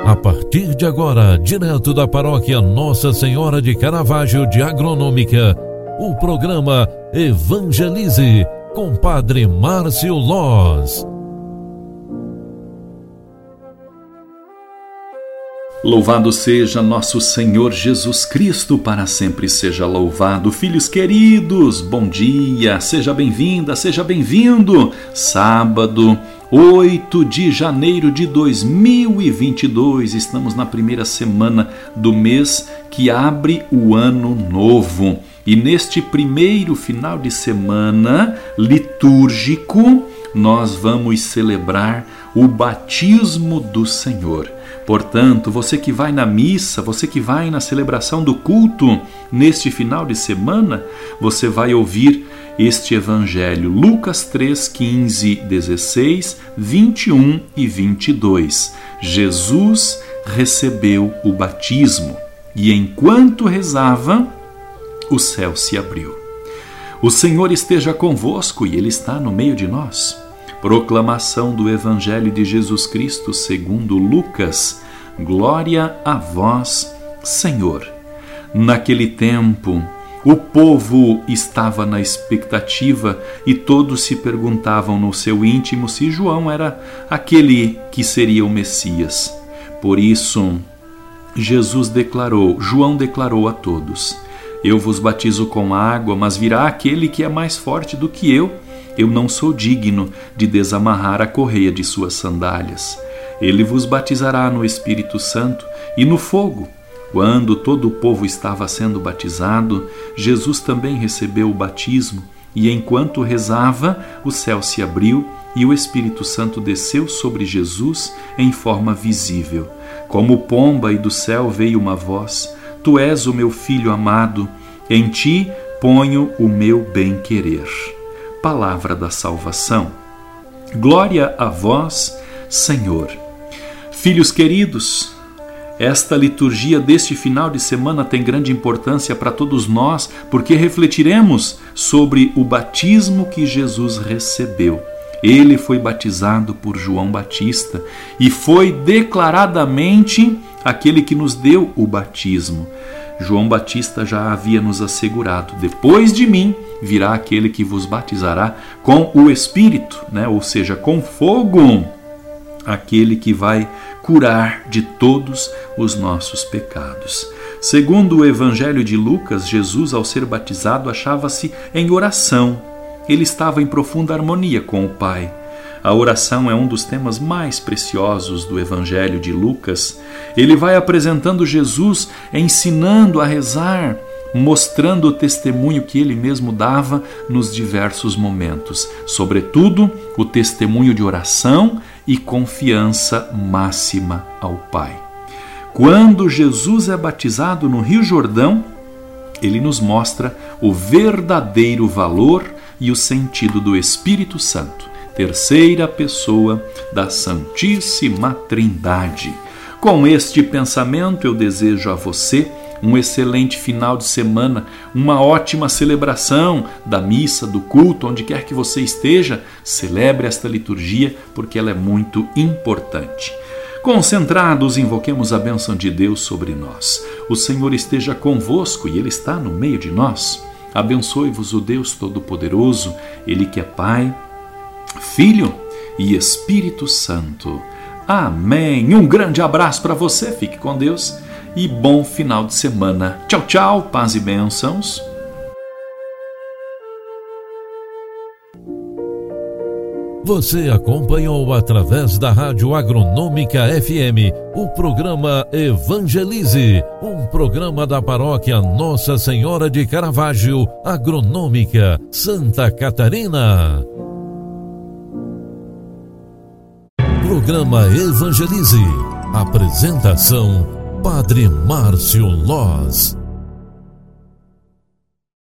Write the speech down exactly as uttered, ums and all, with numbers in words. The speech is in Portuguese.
A partir de agora, direto da paróquia Nossa Senhora de Caravaggio de Agronômica, o programa Evangelize com Padre Márcio Loz. Louvado seja nosso Senhor Jesus Cristo, para sempre seja louvado. Filhos queridos, bom dia, seja bem-vinda, seja bem-vindo. Sábado, oito de janeiro de dois mil e vinte e dois, estamos na primeira semana do mês que abre o ano novo. E neste primeiro final de semana litúrgico, nós vamos celebrar o batismo do Senhor. Portanto, você que vai na missa, você que vai na celebração do culto neste final de semana, você vai ouvir este evangelho, Lucas três, quinze, dezesseis, vinte e um e vinte e dois. Jesus recebeu o batismo e enquanto rezava, o céu se abriu. O Senhor esteja convosco e Ele está no meio de nós. Proclamação do Evangelho de Jesus Cristo segundo Lucas. Glória a vós, Senhor. Naquele tempo, o povo estava na expectativa e todos se perguntavam no seu íntimo se João era aquele que seria o Messias. Por isso, Jesus declarou, João declarou a todos: Eu vos batizo com água, mas virá aquele que é mais forte do que eu. Eu não sou digno de desamarrar a correia de suas sandálias. Ele vos batizará no Espírito Santo e no fogo. Quando todo o povo estava sendo batizado, Jesus também recebeu o batismo, e enquanto rezava, o céu se abriu e o Espírito Santo desceu sobre Jesus em forma visível. Como pomba, e do céu veio uma voz: Tu és o meu filho amado, em ti ponho o meu bem-querer. Palavra da salvação. Glória a vós, Senhor. Filhos queridos, esta liturgia deste final de semana tem grande importância para todos nós, porque refletiremos sobre o batismo que Jesus recebeu. Ele foi batizado por João Batista e foi declaradamente aquele que nos deu o batismo. João Batista já havia nos assegurado: depois de mim virá aquele que vos batizará com o Espírito, né? Ou seja, com fogo, aquele que vai curar de todos os nossos pecados. Segundo o Evangelho de Lucas, Jesus, ao ser batizado, achava-se em oração. Ele estava em profunda harmonia com o Pai. A oração é um dos temas mais preciosos do Evangelho de Lucas. Ele vai apresentando Jesus, ensinando a rezar, mostrando o testemunho que ele mesmo dava nos diversos momentos. Sobretudo, o testemunho de oração e confiança máxima ao Pai. Quando Jesus é batizado no Rio Jordão, ele nos mostra o verdadeiro valor e o sentido do Espírito Santo, terceira pessoa da Santíssima Trindade. Com este pensamento, eu desejo a você um excelente final de semana, uma ótima celebração da missa, do culto, onde quer que você esteja. Celebre esta liturgia, porque ela é muito importante. Concentrados, invoquemos a bênção de Deus sobre nós. O Senhor esteja convosco e Ele está no meio de nós. Abençoe-vos o Deus Todo-Poderoso, Ele que é Pai, Filho e Espírito Santo. Amém. Um grande abraço para você, fique com Deus e bom final de semana. Tchau, tchau, paz e bênçãos. Você acompanhou através da Rádio Agronômica F M o programa Evangelize, um programa da paróquia Nossa Senhora de Caravaggio, Agronômica, Santa Catarina. Programa Evangelize. Apresentação: Padre Márcio Loz.